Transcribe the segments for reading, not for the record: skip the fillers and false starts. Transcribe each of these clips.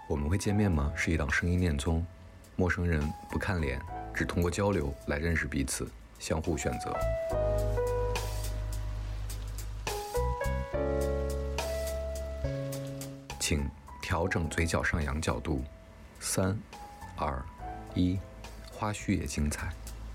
我们会见面吗？是一档声音恋综，陌生人不看脸，只通过交流来认识彼此，相互选择。请调整嘴角上扬角度。3、2、1，花絮也精彩。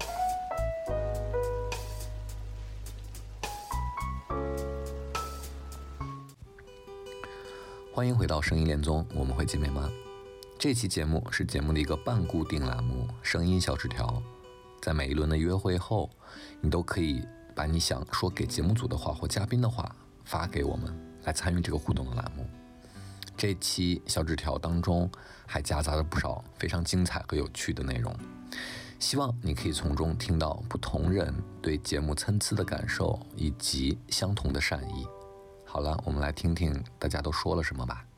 欢迎回到声音恋综，我们会见面吗？这期节目是节目的一个半固定栏目，声音小纸条。在每一轮的约会后，你都可以把你想说给节目组的话或嘉宾的话发给我们，来参与这个互动的栏目。这期小纸条当中还夹杂了不少非常精彩和有趣的内容，希望你可以从中听到不同人对节目参差的感受以及相同的善意。好了，我们来听听大家都说了什么吧。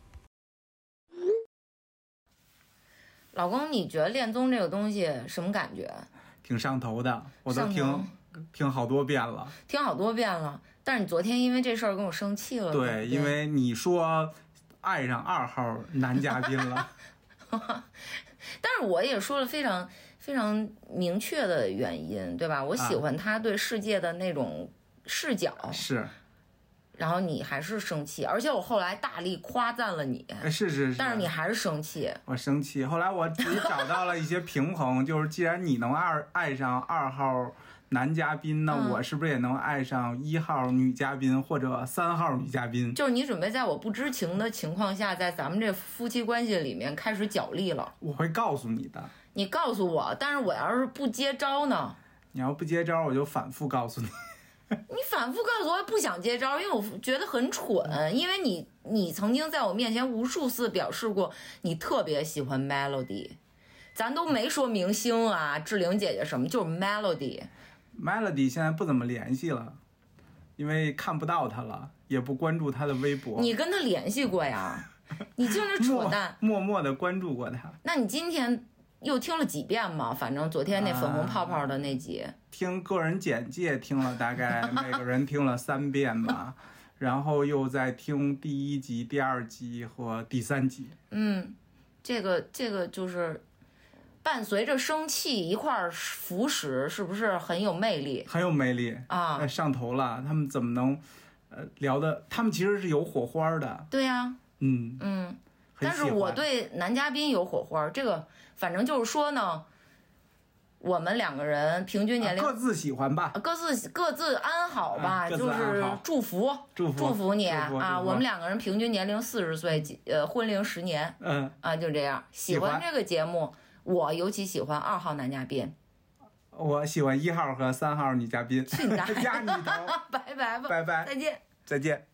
老公，你觉得恋综这个东西什么感觉？ 挺上头的，我都听好多遍了。 听好多遍了，但是你昨天因为这事儿跟我生气了。 对，因为你说爱上2号男嘉宾了。 但是我也说了非常非常明确的原因，对吧？我喜欢他对世界的那种视角。 是。 然后你还是生气，而且我后来大力夸赞了你。 是， 但是你还是生气。 我生气，后来我自己找到了一些平衡，就是既然你能爱上2号男嘉宾，那我是不是也能爱上1号女嘉宾或者3号女嘉宾？ 就是你准备在我不知情的情况下，在咱们这夫妻关系里面开始角力了。 我会告诉你的。你告诉我，但是我要是不接招呢？ 你要不接招，我就反复告诉你。 你反复告诉我，不想接招，因为我觉得很蠢。因为你曾经在我面前无数次表示过，你特别喜欢 Melody， 咱都没说明星啊，志玲姐姐什么，就是 Melody。Melody 现在不怎么联系了，因为看不到她了，也不关注她的微博。 你跟她联系过呀？你净是扯淡， 默默的关注过她。 那你今天又听了几遍吗？反正昨天那粉红泡泡的那集， 听个人简介听了大概每个人听了3遍吧，然后又在听第1集、第2集和第3集。 这个就是伴随着生气一块腐蚀，是不是很有魅力？ 很有魅力啊！上头了，他们怎么能聊的？他们其实是有火花的。 对呀，但是我对男嘉宾有火花，这个反正就是说呢，我们2个人平均年龄各自喜欢吧， 各自安好吧，就是祝福你啊！我们2个人平均年龄40岁，婚龄10年，就这样。喜欢这个节目，我尤其喜欢2号男嘉宾， 我喜欢1号和3号女嘉宾。 去你大爷！ 加你头， 拜拜吧， 拜拜，再见。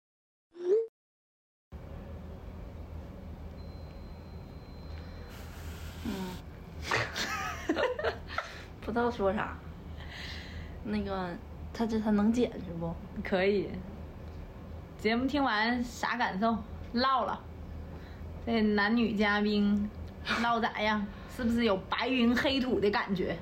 不知道说啥，那个他能剪是不？ 可以。节目听完啥感受？唠了。这男女嘉宾唠咋样？是不是有白云黑土的感觉？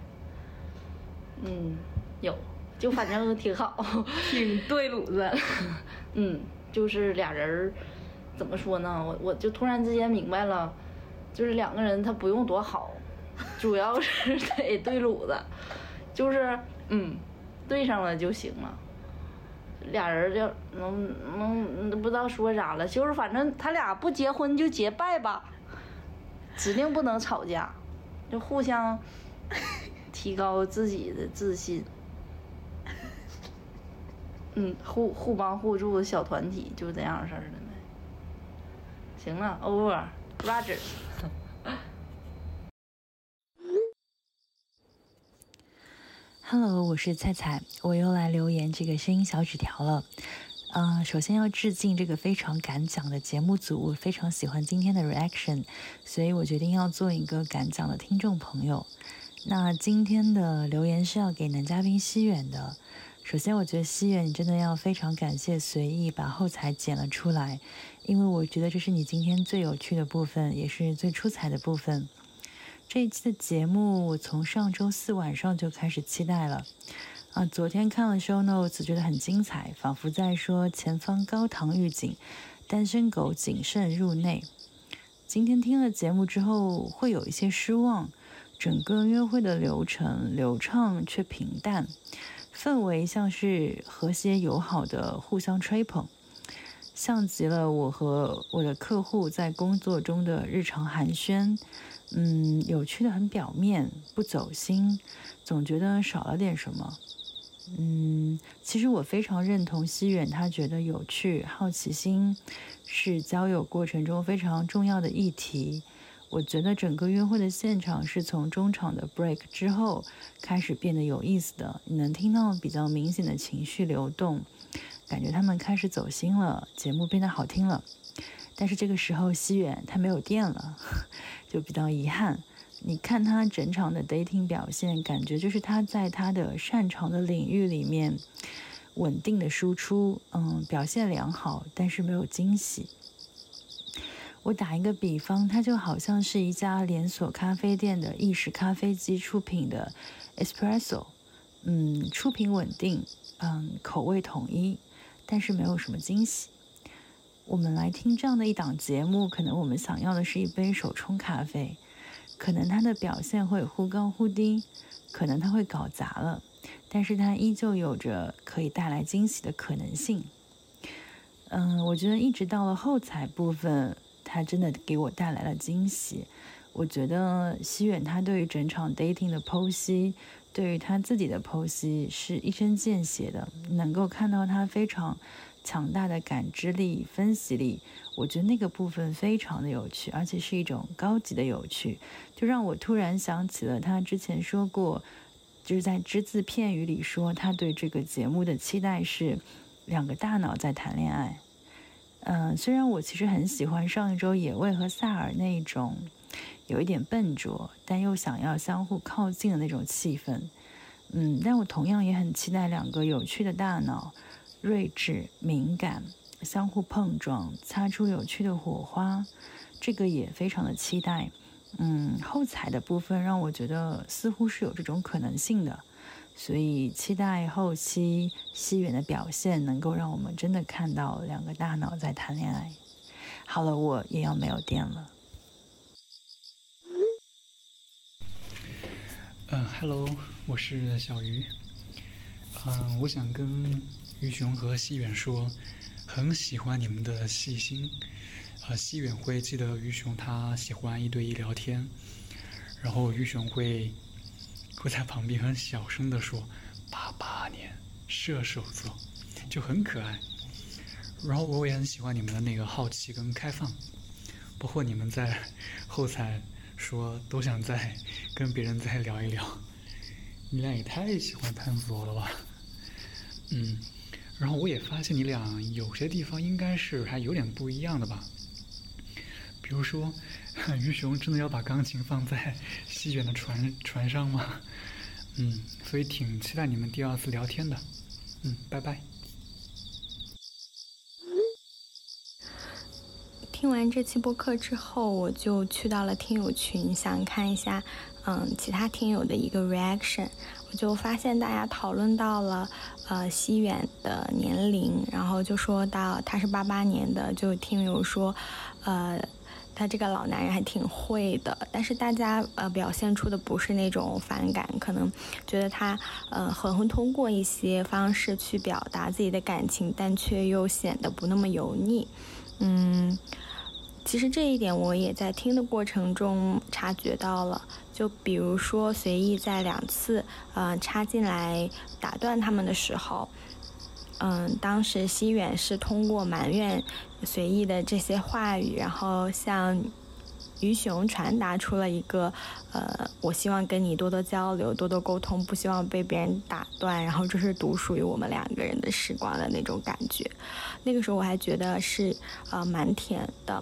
有，就反正挺好， 挺对路子。 就是俩人怎么说呢？我就突然之间明白了，就是2个人他不用多好。主要是得对路子，就是对上了就行了。俩人就能不知道说啥了，就是反正他俩不结婚就结拜吧，指定不能吵架，就互相提高自己的自信。互帮互助的小团体就这样式儿的呗。行了 ，over Rogers。 Hello， 我是菜菜，我又来留言这个声音小纸条了。首先要致敬这个非常敢讲的节目组，我非常喜欢今天的 reaction， 所以我决定要做一个敢讲的听众朋友。那今天的留言是要给男嘉宾西远的。首先我觉得西远你真的要非常感谢随意把后采剪了出来，因为我觉得这是你今天最有趣的部分，也是最出彩的部分。这一期的节目我从上周4晚上就开始期待了昨天看了 show notes 觉得很精彩，仿佛在说前方高堂预警，单身狗谨慎入内。 今天听了节目之后会有一些失望，整个约会的流程流畅却平淡，氛围像是和谐友好的互相吹捧，像极了我和我的客户在工作中的日常寒暄。有趣的很表面，不走心，总觉得少了点什么。其实我非常认同西远，他觉得有趣、好奇心是交友过程中非常重要的议题。我觉得整个约会的现场是从中场的 break 之后开始变得有意思的，你能听到比较明显的情绪流动，感觉他们开始走心了，节目变得好听了。但是这个时候西远他没有电了，就比较遗憾。你看他整场的 dating 表现，感觉就是他在他的擅长的领域里面稳定的输出，表现良好，但是没有惊喜。我打一个比方，它就好像是一家连锁咖啡店的意式咖啡机出品的 espresso，出品稳定，口味统一，但是没有什么惊喜。我们来听这样的一档节目，可能我们想要的是一杯手冲咖啡，可能它的表现会忽高忽低，可能它会搞砸了，但是它依旧有着可以带来惊喜的可能性。我觉得一直到了后采部分，它真的给我带来了惊喜。我觉得西远他对于整场 dating 的剖析，对于他自己的剖析是一针见血的，能够看到他非常强大的感知力、分析力，我觉得那个部分非常的有趣，而且是一种高级的有趣，就让我突然想起了他之前说过，就是在只字片语里说他对这个节目的期待是两个大脑在谈恋爱。虽然我其实很喜欢上一周野味和萨尔那一种有一点笨拙但又想要相互靠近的那种气氛，但我同样也很期待两个有趣的大脑，睿智、敏感，相互碰撞，擦出有趣的火花，这个也非常的期待。后采的部分让我觉得似乎是有这种可能性的，所以期待后期西远的表现能够让我们真的看到两个大脑在谈恋爱。好了，我也要没有电了。 Hello， 我是小鱼。我想跟于雄和西远说，很喜欢你们的细心。西远会记得于雄他喜欢1对1聊天，然后于雄会在旁边很小声的说88年射手座，就很可爱。然后我也很喜欢你们的那个好奇跟开放，包括你们在后采说都想再跟别人再聊一聊，你俩也太喜欢探索了吧。然后我也发现你俩有些地方应该是还有点不一样的吧，比如说于雄真的要把钢琴放在西远的船上吗？所以挺期待你们第2次聊天的。拜拜。 听完这期播客之后，我就去到了听友群，想看一下其他听友的一个 reaction。我就发现大家讨论到了西远的年龄，然后就说到他是88年的，就听友说他这个老男人还挺会的，但是大家表现出的不是那种反感，可能觉得他很会通过一些方式去表达自己的感情，但却又显得不那么油腻。其实这一点我也在听的过程中察觉到了，就比如说随意在2次插进来打断他们的时候，当时西远是通过埋怨随意的这些话语，然后向于雄传达出了一个我希望跟你多多交流，多多沟通，不希望被别人打断，然后这是独属于我们2个人的时光的那种感觉。那个时候我还觉得是蛮甜的。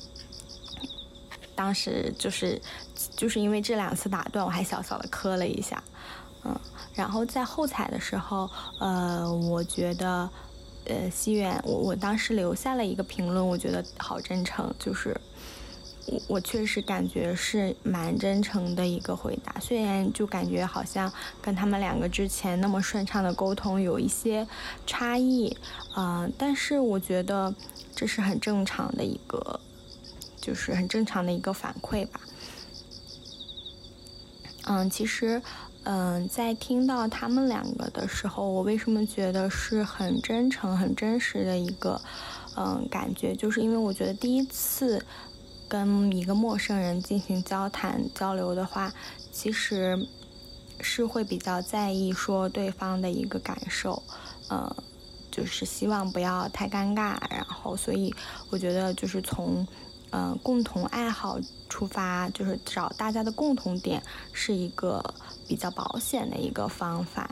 当时就是因为这2次打断，我还小小的磕了一下。然后在后采的时候，我觉得西远我当时留下了一个评论，我觉得好真诚，就是我确实感觉是蛮真诚的一个回答，虽然就感觉好像跟他们2个之前那么顺畅的沟通有一些差异，但是我觉得这是很正常的一个就是很正常的一个反馈吧。其实在听到他们两个的时候，我为什么觉得是很真诚很真实的一个感觉，就是因为我觉得第一次跟一个陌生人进行交谈交流的话，其实是会比较在意说对方的一个感受，就是希望不要太尴尬，然后所以我觉得就是从共同爱好出发，就是找大家的共同点是一个比较保险的一个方法。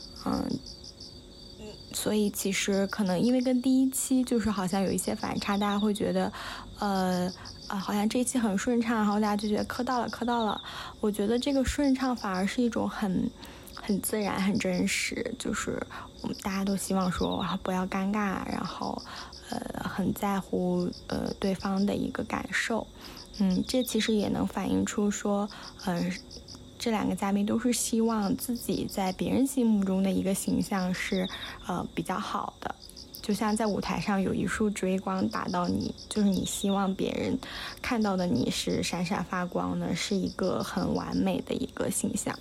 所以其实可能因为跟第一期就是好像有一些反差，大家会觉得好像这一期很顺畅，然后大家就觉得磕到了。我觉得这个顺畅反而是一种很自然很真实，就是我们大家都希望说不要尴尬，然后很在乎对方的一个感受。这其实也能反映出说这两个嘉宾都是希望自己在别人心目中的一个形象是比较好的，就像在舞台上有一束追光打到你，就是你希望别人看到的你是闪闪发光的，是一个很完美的一个形象。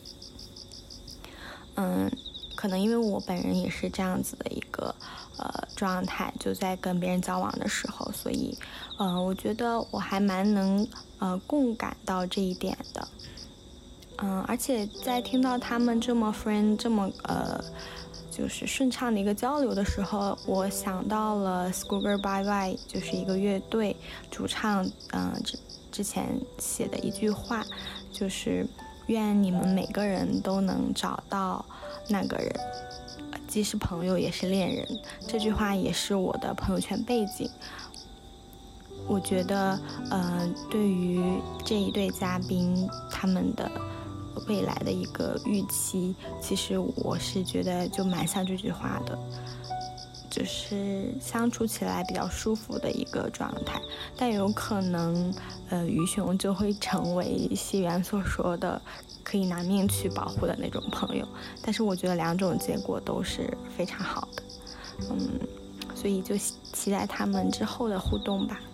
可能因为我本人也是这样子的一个状态，就在跟别人交往的时候，所以我觉得我还蛮能共感到这一点的。而且在听到他们这么 friend 这么就是顺畅的一个交流的时候，我想到了 Scoober Bye Bye， 就是一个乐队主唱之前写的一句话，就是愿你们每个人都能找到那个人，既是朋友也是恋人。这句话也是我的朋友圈背景。我觉得对于这一对嘉宾他们的未来的一个预期，其实我是觉得就蛮像这句话的，就是相处起来比较舒服的一个状态。但有可能于熊就会成为西元所说的可以拿命去保护的那种朋友，但是我觉得两种结果都是非常好的。所以就期待他们之后的互动吧。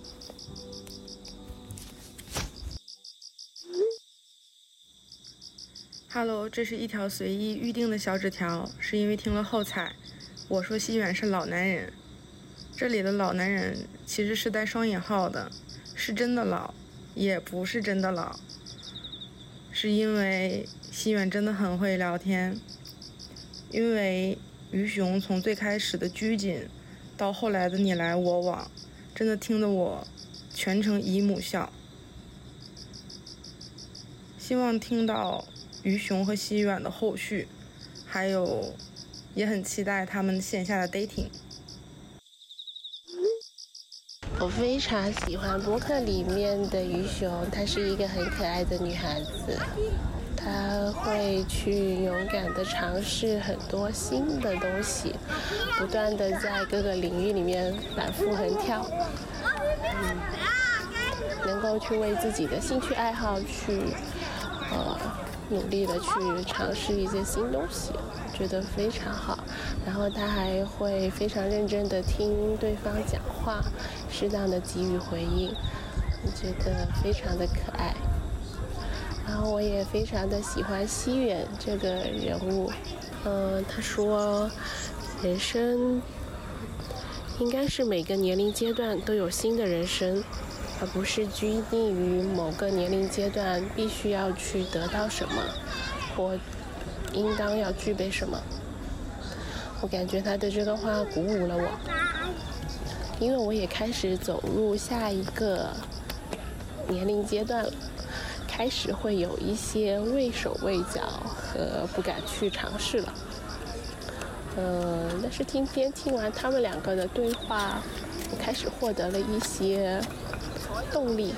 Hello， 这是一条随意预定的小纸条，是因为听了后采，我说西远是老男人。这里的老男人其实是带双引号的，是真的老，也不是真的老，是因为西远真的很会聊天。因为于熊从最开始的拘谨，到后来的你来我往，真的听得我全程姨母笑。希望听到于熊和西远的后续，还有也很期待他们线下的 dating。 我非常喜欢播客里面的于熊，她是一个很可爱的女孩子，她会去勇敢地尝试很多新的东西，不断地在各个领域里面反复横跳，能够去为自己的兴趣爱好去努力的去尝试一些新东西，觉得非常好。然后他还会非常认真的听对方讲话，适当的给予回应，我觉得非常的可爱。然后我也非常的喜欢西远这个人物，他说人生应该是每个年龄阶段都有新的人生，而不是拘泥于某个年龄阶段必须要去得到什么，或应当要具备什么。我感觉他的这个话鼓舞了我，因为我也开始走入下一个年龄阶段了，开始会有一些畏手畏脚和不敢去尝试了。但是今天听完他们两个的对话，我开始获得了一些动力，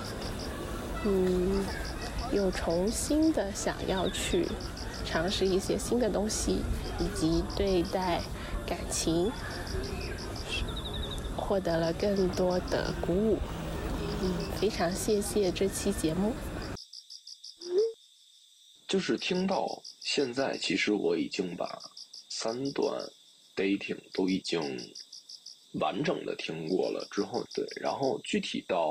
又重新的想要去尝试一些新的东西，以及对待感情获得了更多的鼓舞。非常谢谢这期节目。 就是听到现在，其实我已经把3段 dating 都已经完整的听过了之后，对，然后具体到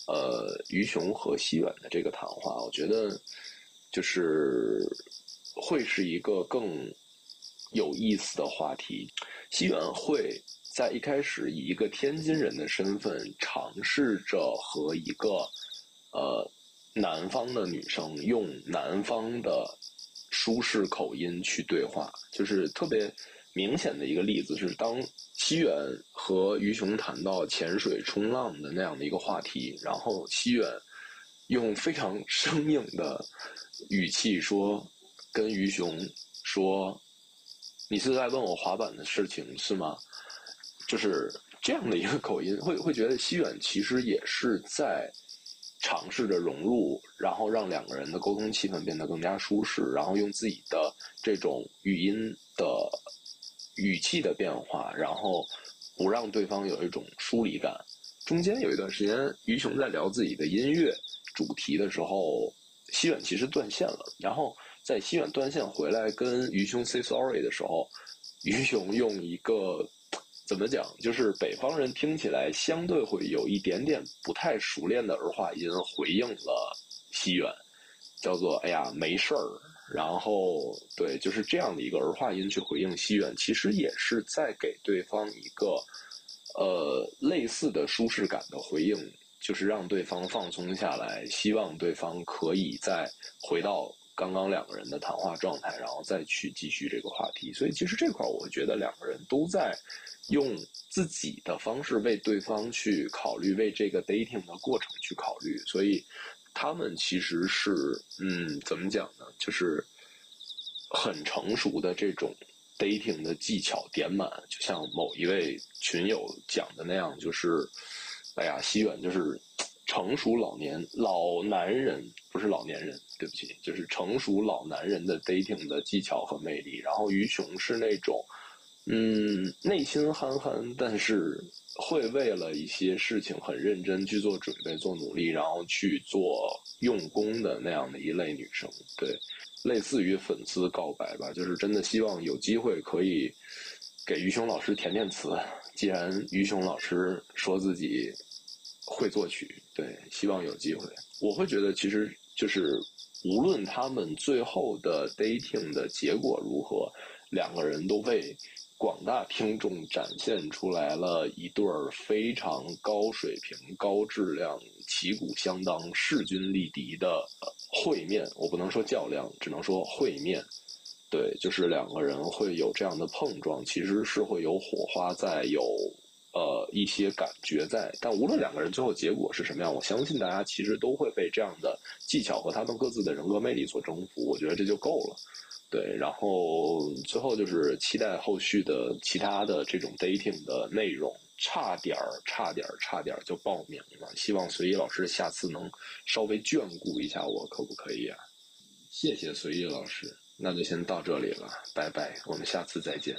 于雄和西远的这个谈话，我觉得就是会是一个更有意思的话题。西远会在一开始以一个天津人的身份尝试着和一个南方的女生用南方的舒适口音去对话，就是特别明显的一个例子是，当西远和于雄谈到潜水冲浪的那样的一个话题，然后西远用非常生硬的语气说，跟于雄说，你是在问我滑板的事情是吗？就是这样的一个口音，会觉得西远其实也是在尝试着融入，然后让两个人的沟通气氛变得更加舒适，然后用自己的这种语音的语气的变化，然后不让对方有一种疏离感。中间有一段时间，于雄在聊自己的音乐主题的时候，西远其实断线了，然后在西远断线回来跟于雄 say sorry 的时候，于雄用一个怎么讲，就是北方人听起来相对会有一点点不太熟练的儿化音回应了西远，叫做哎呀没事儿。然后对，就是这样的一个儿化音去回应西远，其实也是在给对方一个类似的舒适感的回应，就是让对方放松下来，希望对方可以再回到刚刚两个人的谈话状态，然后再去继续这个话题。所以其实这块我觉得两个人都在用自己的方式为对方去考虑，为这个 dating 的过程去考虑，所以他们其实是怎么讲呢，就是很成熟的这种 dating 的技巧点满，就像某一位群友讲的那样，就是哎呀西远就是成熟老男人，不是老年人，对不起，就是成熟老男人的 dating 的技巧和魅力。然后于雄是那种内心憨憨，但是会为了一些事情很认真去做准备、做努力，然后去做用功的那样的一类女生。对，类似于粉丝告白吧，就是真的希望有机会可以给于雄老师填填词。既然于雄老师说自己会作曲，对，希望有机会。我会觉得其实就是无论他们最后的 dating 的结果如何，两个人都为广大听众展现出来了一对非常高水平、高质量、旗鼓相当、势均力敌的会面。我不能说较量，只能说会面。对，就是两个人会有这样的碰撞，其实是会有火花在，有一些感觉在。但无论两个人最后结果是什么样，我相信大家其实都会被这样的技巧和他们各自的人格魅力所征服。我觉得这就够了。对，然后最后就是期待后续的其他的这种 dating 的内容，差点就报名了。希望随意老师下次能稍微眷顾一下我，可不可以啊？谢谢随意老师，那就先到这里了，拜拜，我们下次再见。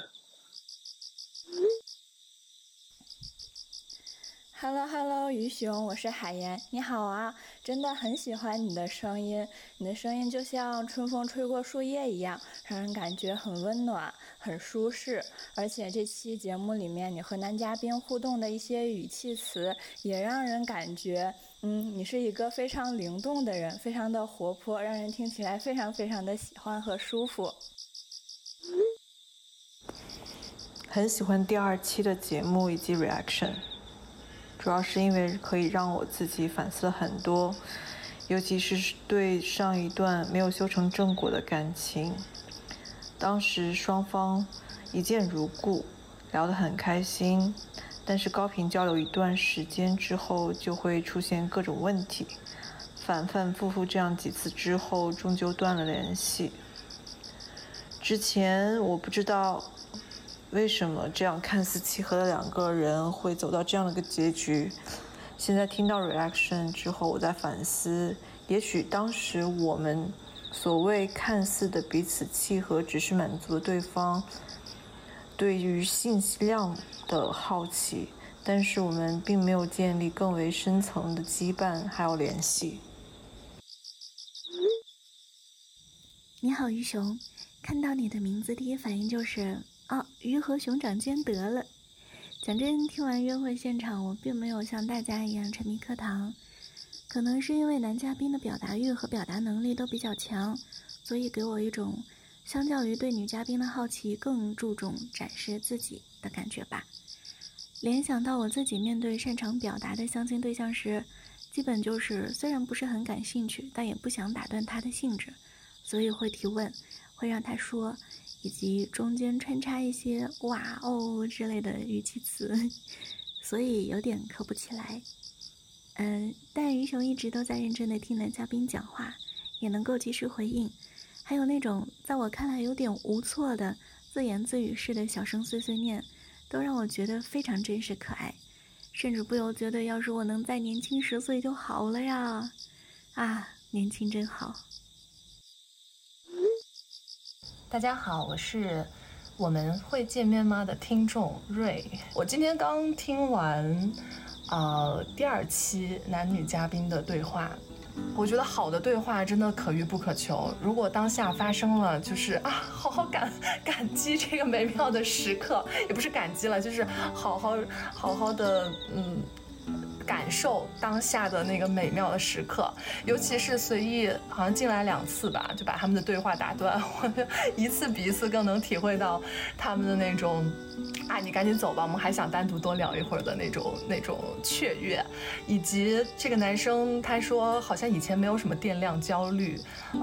Hello， 于雄，我是海岩，你好啊！真的很喜欢你的声音，你的声音就像春风吹过树叶一样，让人感觉很温暖、很舒适。而且这期节目里面你和男嘉宾互动的一些语气词，也让人感觉，你是一个非常灵动的人，非常的活泼，让人听起来非常非常的喜欢和舒服。 很喜欢第2期的节目以及 reaction。主要是因为可以让我自己反思很多，尤其是对上一段没有修成正果的感情，当时双方一见如故，聊得很开心，但是高频交流一段时间之后就会出现各种问题，反反复复这样几次之后终究断了联系。之前我不知道为什么这样看似契合的两个人会走到这样的一个结局？现在听到 reaction 之后，我在反思，也许当时我们所谓看似的彼此契合，只是满足了对方对于信息量的好奇，但是我们并没有建立更为深层的羁绊还有联系。 你好，于雄，看到你的名字，第一反应就是鱼和熊掌兼得了。讲真，听完约会现场，我并没有像大家一样沉迷课堂， 可能是因为男嘉宾的表达欲和表达能力都比较强，所以给我一种相较于对女嘉宾的好奇更注重展示自己的感觉吧。联想到我自己面对擅长表达的相亲对象时，基本就是虽然不是很感兴趣，但也不想打断他的兴致，所以会提问，会让他说，以及中间穿插一些哇哦之类的语气词，所以有点磕不起来。但于雄一直都在认真的听男嘉宾讲话，也能够及时回应，还有那种在我看来有点无措的自言自语式的小声碎碎念，都让我觉得非常真实可爱，甚至不由觉得要是我能再年轻10岁就好了呀！啊，年轻真好。 大家好，我是我们会见面吗的听众瑞。我今天刚听完第2期男女嘉宾的对话，我觉得好的对话真的可遇不可求。如果当下发生了，就是好好感激这个美妙的时刻，也不是感激了，就是好好的感受当下的那个美妙的时刻。尤其是随意好像进来2次吧，就把他们的对话打断，我就一次比一次更能体会到他们的那种你赶紧走吧，我们还想单独多聊一会儿的那种雀跃。以及这个男生他说好像以前没有什么电量焦虑，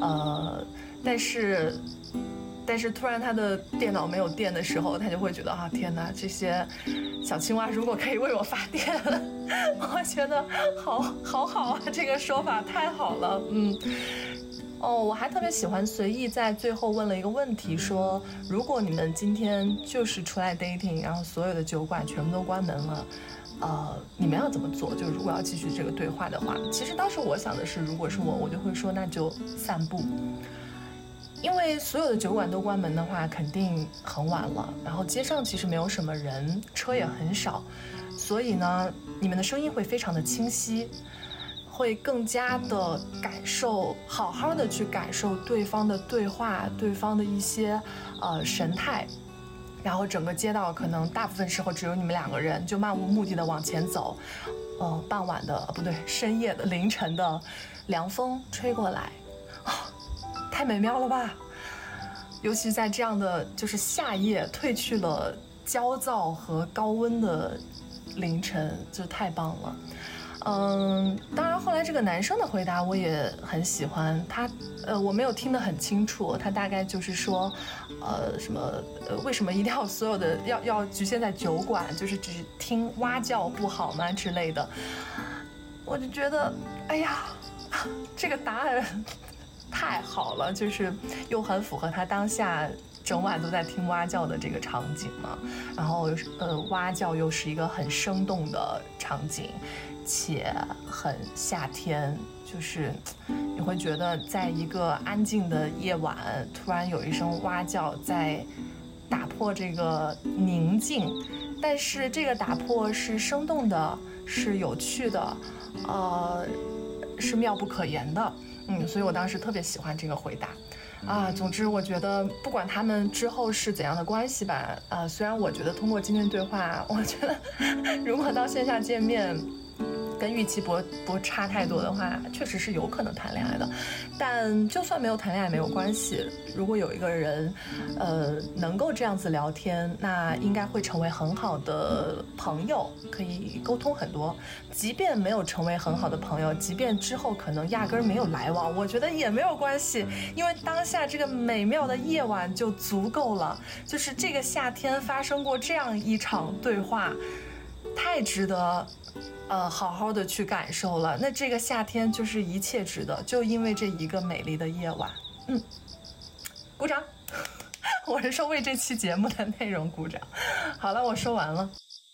但是突然他的电脑没有电的时候，他就会觉得天哪，这些小青蛙如果可以为我发电，我觉得好啊，这个说法太好了。我还特别喜欢随意在最后问了一个问题，说如果你们今天就是出来 dating， 然后所有的酒馆全部都关门了，你们要怎么做？就如果要继续这个对话的话，其实当时我想的是，如果是我就会说那就散步。因为所有的酒馆都关门的话，肯定很晚了，然后街上其实没有什么人，车也很少，所以呢，你们的声音会非常的清晰，会更加的好好的去感受对方的对话，对方的一些神态，然后整个街道可能大部分时候只有你们2个人，就漫无目的的往前走，傍晚的深夜的凌晨的凉风吹过来，太美妙了吧！尤其在这样的就是夏夜褪去了焦躁和高温的凌晨，就太棒了。当然后来这个男生的回答我也很喜欢，我没有听得很清楚，他大概就是说为什么一定要所有的要局限在酒馆，就是只听蛙叫不好吗之类的。我就觉得这个答案太好了，就是又很符合他当下整晚都在听蛙叫的这个场景嘛。然后蛙叫又是一个很生动的场景，且很夏天，就是你会觉得在一个安静的夜晚，突然有一声蛙叫在打破这个宁静，但是这个打破是生动的，是有趣的，是妙不可言的。所以我当时特别喜欢这个回答总之我觉得不管他们之后是怎样的关系吧，虽然我觉得通过今天对话，我觉得如果到线下见面跟预期不差太多的话，确实是有可能谈恋爱的。但就算没有谈恋爱没有关系，如果有一个人能够这样子聊天，那应该会成为很好的朋友，可以沟通很多。即便没有成为很好的朋友，即便之后可能压根没有来往，我觉得也没有关系，因为当下这个美妙的夜晚就足够了。就是这个夏天发生过这样一场对话，太值得好好的去感受了。那这个夏天就是一切值得，就因为这一个美丽的夜晚。鼓掌。我是说为这期节目的内容鼓掌。好了，我说完了。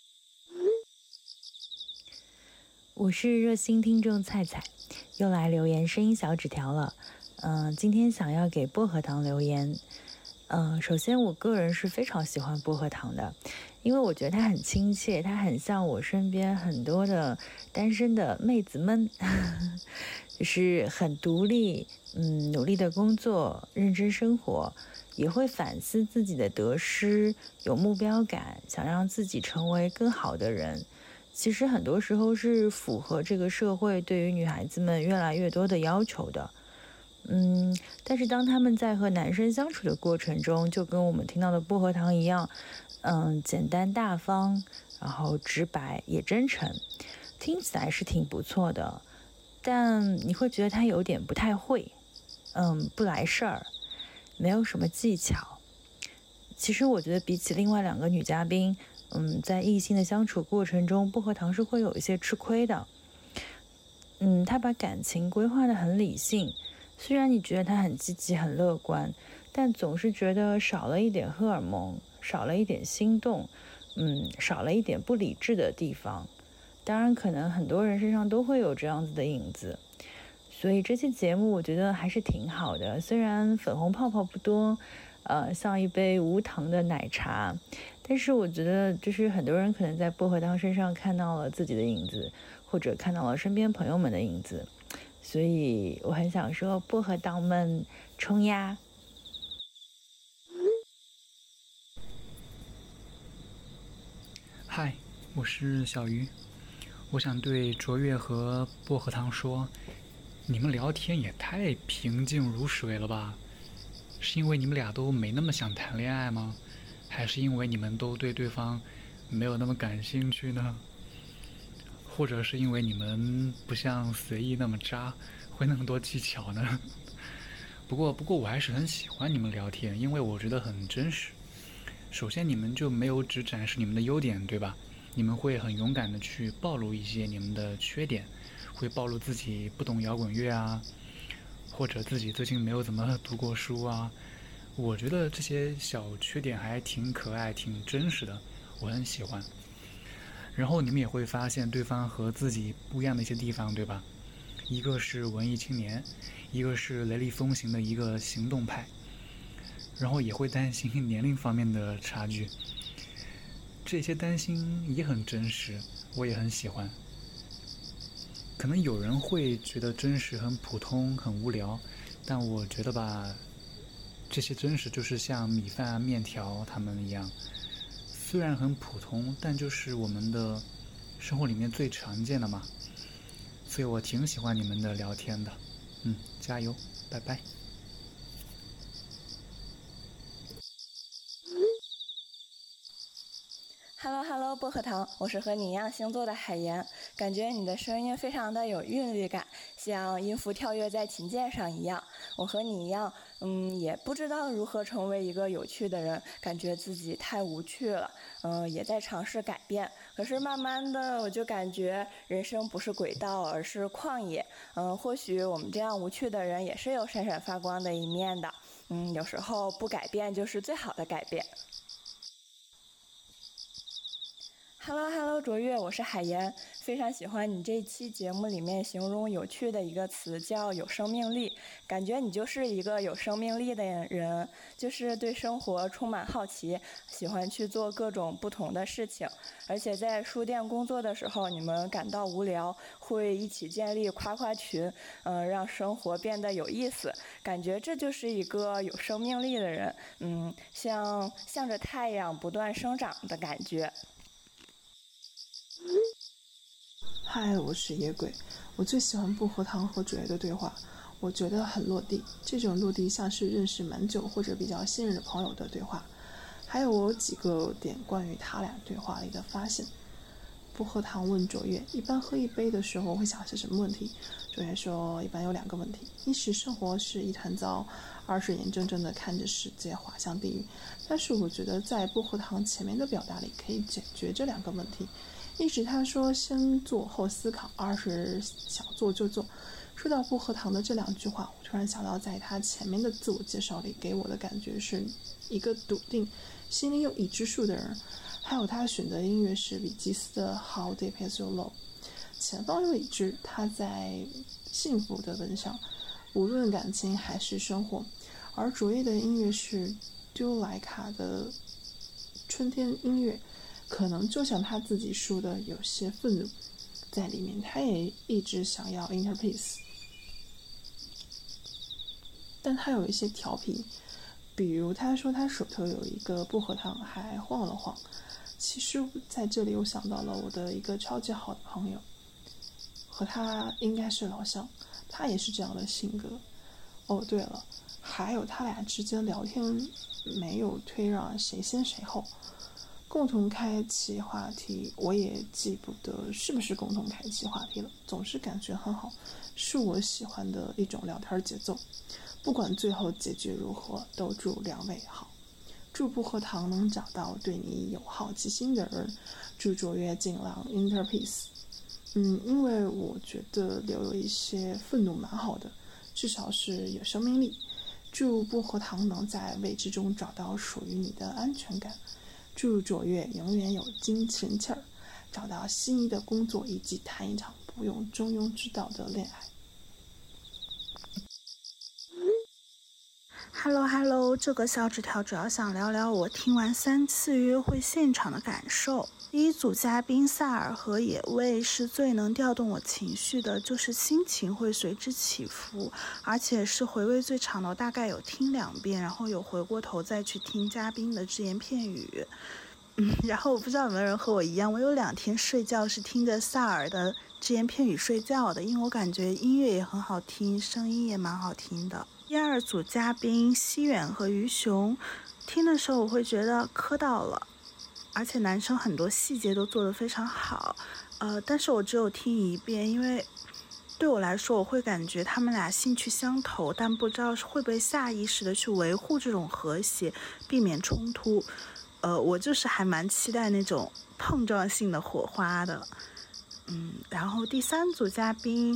我是热心听众菜菜，又来留言声音小纸条了。今天想要给薄荷糖留言。首先我个人是非常喜欢薄荷糖的，因为我觉得它很亲切，它很像我身边很多的单身的妹子们，就是很独立，努力的工作，认真生活，也会反思自己的得失，有目标感，想让自己成为更好的人。 其实很多时候是符合这个社会对于女孩子们越来越多的要求的。但是当他们在和男生相处的过程中，就跟我们听到的薄荷糖一样，简单大方，然后直白也真诚，听起来是挺不错的，但你会觉得他有点不太会，不来事儿，没有什么技巧。其实我觉得比起另外2个女嘉宾，在异性的相处过程中，薄荷糖是会有一些吃亏的。他把感情规划得很理性，虽然你觉得他很积极很乐观，但总是觉得少了一点荷尔蒙，少了一点心动，少了一点不理智的地方。当然可能很多人身上都会有这样子的影子，所以这期节目我觉得还是挺好的，虽然粉红泡泡不多，像一杯无糖的奶茶，但是我觉得就是很多人可能在薄荷糖身上看到了自己的影子，或者看到了身边朋友们的影子，所以我很想说薄荷糖们冲呀。 嗨，我是小鱼，我想对卓越和薄荷糖说，你们聊天也太平静如水了吧？是因为你们俩都没那么想谈恋爱吗？还是因为你们都对对方没有那么感兴趣呢？或者是因为你们不像随意那么渣，会那么多技巧呢？不过我还是很喜欢你们聊天，因为我觉得很真实。首先你们就没有只展示你们的优点，对吧？你们会很勇敢的去暴露一些你们的缺点，会暴露自己不懂摇滚乐啊，或者自己最近没有怎么读过书啊。我觉得这些小缺点还挺可爱挺真实的，我很喜欢。然后你们也会发现对方和自己不一样的一些地方，对吧？一个是文艺青年，一个是雷厉风行的一个行动派，然后也会担心年龄方面的差距，这些担心也很真实，我也很喜欢。可能有人会觉得真实很普通很无聊，但我觉得吧，这些真实就是像米饭面条他们一样，虽然很普通，但就是我们的生活里面最常见的嘛。所以我挺喜欢你们的聊天的，加油，拜拜。 Hello， 薄荷糖，我是和你一样星座的海岩，感觉你的声音非常的有韵律感，像音符跳跃在琴键上一样。我和你一样，也不知道如何成为一个有趣的人，感觉自己太无趣了，也在尝试改变。可是慢慢的，我就感觉人生不是轨道，而是旷野。或许我们这样无趣的人也是有闪闪发光的一面的。有时候不改变就是最好的改变。Hello， 卓越，我是海岩，非常喜欢你这期节目里面形容有趣的一个词叫有生命力，感觉你就是一个有生命力的人，就是对生活充满好奇，喜欢去做各种不同的事情，而且在书店工作的时候，你们感到无聊，会一起建立夸夸群，让生活变得有意思，感觉这就是一个有生命力的人，向着太阳不断生长的感觉。 嗨，我是野鬼，我最喜欢薄荷糖和卓越的对话，我觉得很落地，这种落地像是认识蛮久或者比较信任的朋友的对话。还有我几个点关于他俩对话里的发现。薄荷糖问卓越，一般喝一杯的时候会想些什么问题？卓越说，一般有2个问题，一是生活是一团糟，二是眼睁睁地看着世界滑向地狱。但是我觉得在薄荷糖前面的表达里可以解决这2个问题。一是他说先做后思考，二是想做就做。说到薄荷糖的这2句话，我突然想到在他前面的自我介绍里给我的感觉是一个笃定心里有已知数的人，还有他选的音乐是比基斯的 How Deep Is Your Love。 前方有已知，他在幸福的奔向，无论感情还是生活。而卓越的音乐是丢莱卡的春天音乐，可能就像他自己说的，有些愤怒在里面，他也一直想要 inner peace， 但他有一些调皮，比如他说他手头有一个薄荷糖还晃了晃， 其实在这里我想到了我的一个超级好的朋友，和他应该是老乡，他也是这样的性格。哦，对了，还有他俩之间聊天没有推让谁先谁后，共同开启话题，我也记不得是不是共同开启话题了，总是感觉很好，是我喜欢的一种聊天节奏。不管最后结局如何，都祝两位好。祝薄荷糖能找到对你有好奇心的人，祝卓越尽量 inner peace。因为我觉得留有一些愤怒蛮好的，至少是有生命力。祝薄荷糖能在未知中找到属于你的安全感。祝卓越永远有精神气儿，找到心仪的工作，以及谈一场不用中庸之道的恋爱。 Hello， 这个小纸条主要想聊聊我听完3次约会现场的感受。第一组嘉宾萨尔和野味是最能调动我情绪的，就是心情会随之起伏，而且是回味最长的，我大概有听2遍，然后有回过头再去听嘉宾的只言片语。然后我不知道有没有人和我一样，我有2天睡觉是听着萨尔的只言片语睡觉的，因为我感觉音乐也很好听，声音也蛮好听的。第2组嘉宾西远和于雄，听的时候我会觉得磕到了，而且男生很多细节都做得非常好，但是我只有听1遍，因为对我来说我会感觉他们俩兴趣相投，但不知道会不会下意识的去维护这种和谐，避免冲突。我就是还蛮期待那种碰撞性的火花的。然后第3组嘉宾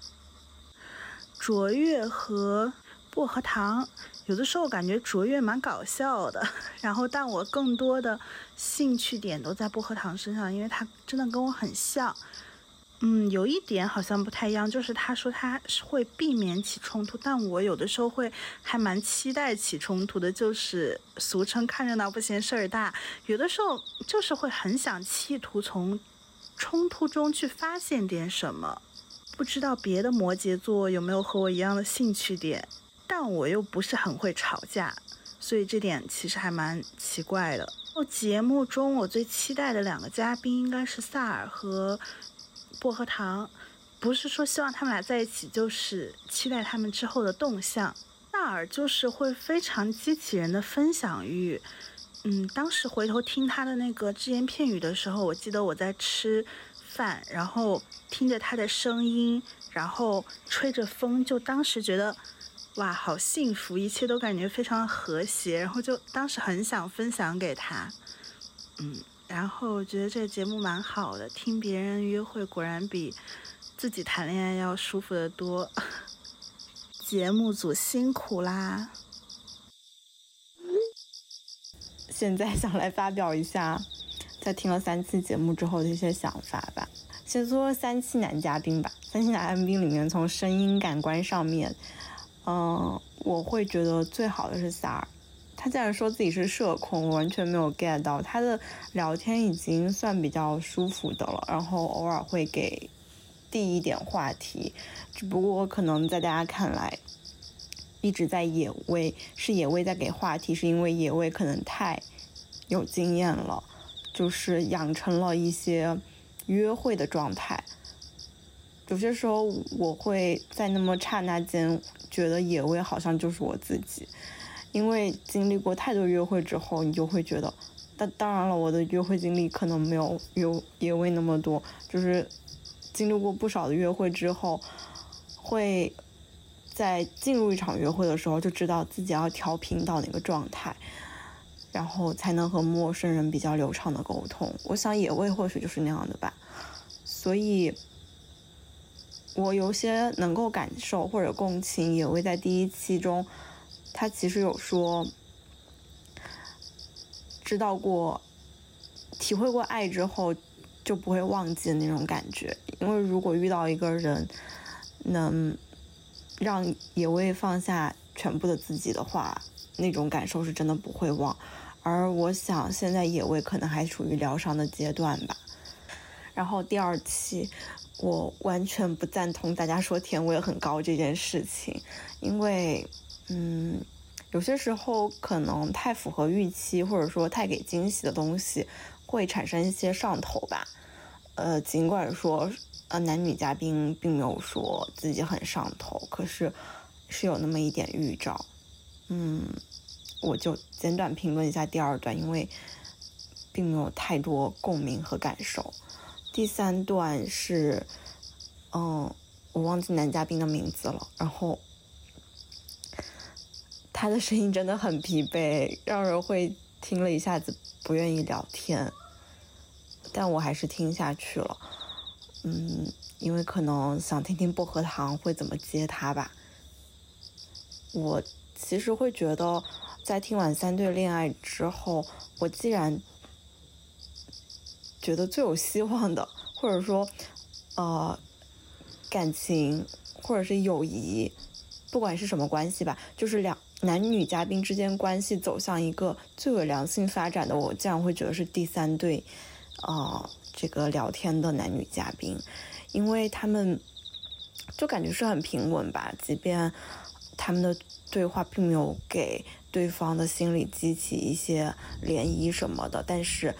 卓越和薄荷糖，有的时候感觉卓越蛮搞笑的，然后但我更多的兴趣点都在薄荷糖身上，因为他真的跟我很像。有一点好像不太一样，就是他说他会避免起冲突，但我有的时候会还蛮期待起冲突的，就是俗称看热闹不嫌事儿大，有的时候就是会很想企图从冲突中去发现点什么。不知道别的摩羯座有没有和我一样的兴趣点，但我又不是很会吵架，所以这点其实还蛮奇怪的。节目中我最期待的2个嘉宾应该是萨尔和薄荷糖，不是说希望他们俩在一起，就是期待他们之后的动向。萨尔就是会非常激起人的分享欲。当时回头听他的那个只言片语的时候，我记得我在吃饭，然后听着他的声音，然后吹着风，就当时觉得哇好幸福，一切都感觉非常和谐，然后就当时很想分享给他。然后我觉得这个节目蛮好的，听别人约会果然比自己谈恋爱要舒服得多。节目组辛苦啦。 现在想来发表一下在听了3期节目之后的一些想法吧。先说3期男嘉宾吧。3期男嘉宾里面，从声音感官上面，我会觉得最好的是萨尔。他竟然说自己是社恐，我完全没有 get 到。他的聊天已经算比较舒服的了，然后偶尔会给递一点话题，只不过可能在大家看来一直在野味，是野味在给话题，是因为野味可能太有经验了，就是养成了一些约会的状态。有些时候我会在那么刹那间觉得野味好像就是我自己，因为经历过太多约会之后，你就会觉得，当然了，我的约会经历可能没有野味那么多，就是经历过不少的约会之后，会在进入一场约会的时候就知道自己要调频到哪个状态，然后才能和陌生人比较流畅的沟通。我想野味或许就是那样的吧，所以我有些能够感受或者共情野味在第1期中，他其实有说知道过体会过爱之后就不会忘记的那种感觉。因为如果遇到一个人能让野味放下全部的自己的话，那种感受是真的不会忘。而我想现在野味可能还处于疗伤的阶段吧。然后第2期我完全不赞同大家说甜味很高这件事情，因为有些时候可能太符合预期或者说太给惊喜的东西会产生一些上头吧。尽管说男女嘉宾并没有说自己很上头，可是有那么一点预兆。我就简短评论一下第2段，因为并没有太多共鸣和感受。第3段是我忘记男嘉宾的名字了，然后他的声音真的很疲惫，让人会听了一下子不愿意聊天，但我还是听下去了。因为可能想听听薄荷糖会怎么接他吧。我其实会觉得在听完3对恋爱之后，我既然觉得最有希望的，或者说感情或者是友谊，不管是什么关系吧，就是男女嘉宾之间关系走向一个最有良性发展的，我竟然会觉得是第3对这个聊天的男女嘉宾。因为他们就感觉是很平稳吧，即便他们的对话并没有给对方的心里激起一些涟漪什么的，但是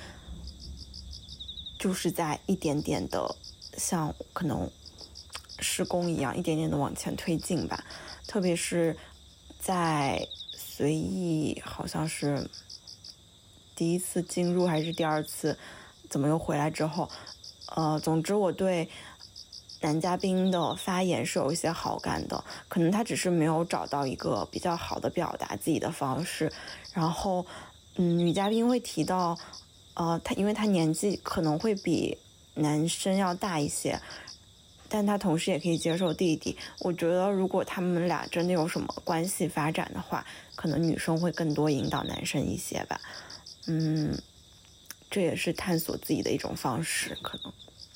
就是在一点点的像可能施工一样一点点的往前推进吧。特别是在随意好像是第1次进入还是第2次怎么又回来之后，总之我对男嘉宾的发言是有一些好感的，可能他只是没有找到一个比较好的表达自己的方式。然后女嘉宾会提到因为他年纪可能会比男生要大一些，但他同时也可以接受弟弟。我觉得如果他们俩真的有什么关系发展的话，可能女生会更多引导男生一些吧。这也是探索自己的一种方式。可能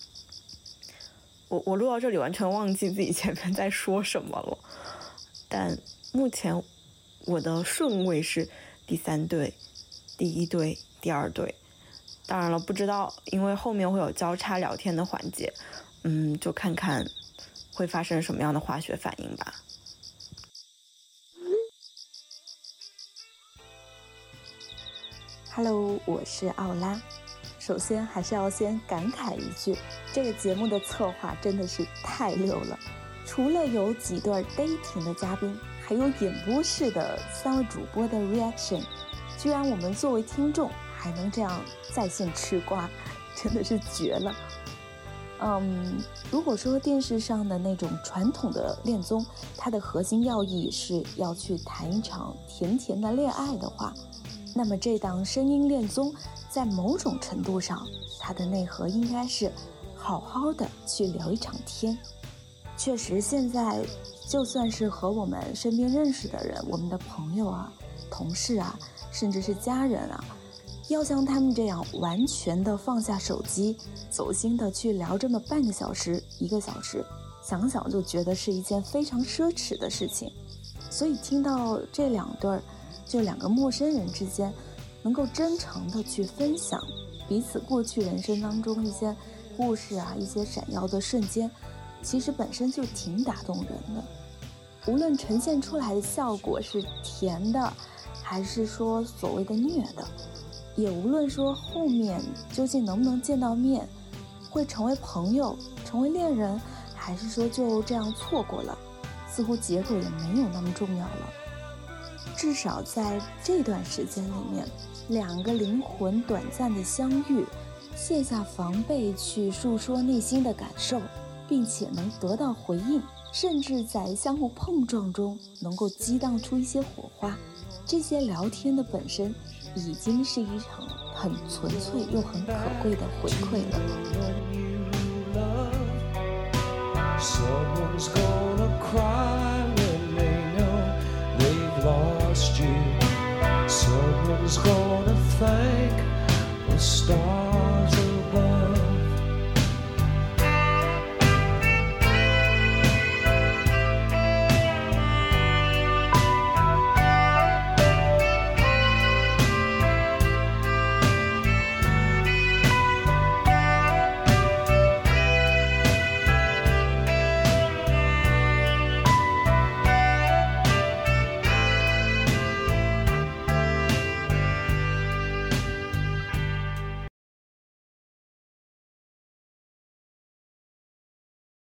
我录到这里完全忘记自己前面在说什么了，但目前我的顺位是第3对、第1对、第2对。当然了，不知道，因为后面会有交叉聊天的环节，就看看会发生什么样的化学反应吧。 Hello， 我是奥拉。首先还是要先感慨一句，这个节目的策划真的是太溜了。除了有几对 dating 的嘉宾，还有演播室的3位主播的 reaction， 居然我们作为听众还能这样在线吃瓜，真的是绝了。如果说电视上的那种传统的恋综，它的核心要义是要去谈一场甜甜的恋爱的话，那么这档声音恋综在某种程度上，它的内核应该是好好的去聊一场天。确实，现在就算是和我们身边认识的人，我们的朋友啊、同事啊，甚至是家人啊，要像他们这样完全的放下手机，走心的去聊这么半个小时、1个小时，想想就觉得是一件非常奢侈的事情。所以听到这2对就2个陌生人之间能够真诚的去分享彼此过去人生当中一些故事啊，一些闪耀的瞬间，其实本身就挺打动人的。无论呈现出来的效果是甜的，还是说所谓的虐的，也无论说后面究竟能不能见到面，会成为朋友、成为恋人，还是说就这样错过了，似乎结果也没有那么重要了。至少在这段时间里面，2个灵魂短暂的相遇，卸下防备去诉说内心的感受，并且能得到回应，甚至在相互碰撞中能够激荡出一些火花。这些聊天的本身已经是一场很纯粹又很可贵的回馈了。Someone's gonna cry when they know they've lost you. Someone's gonna thank the stars.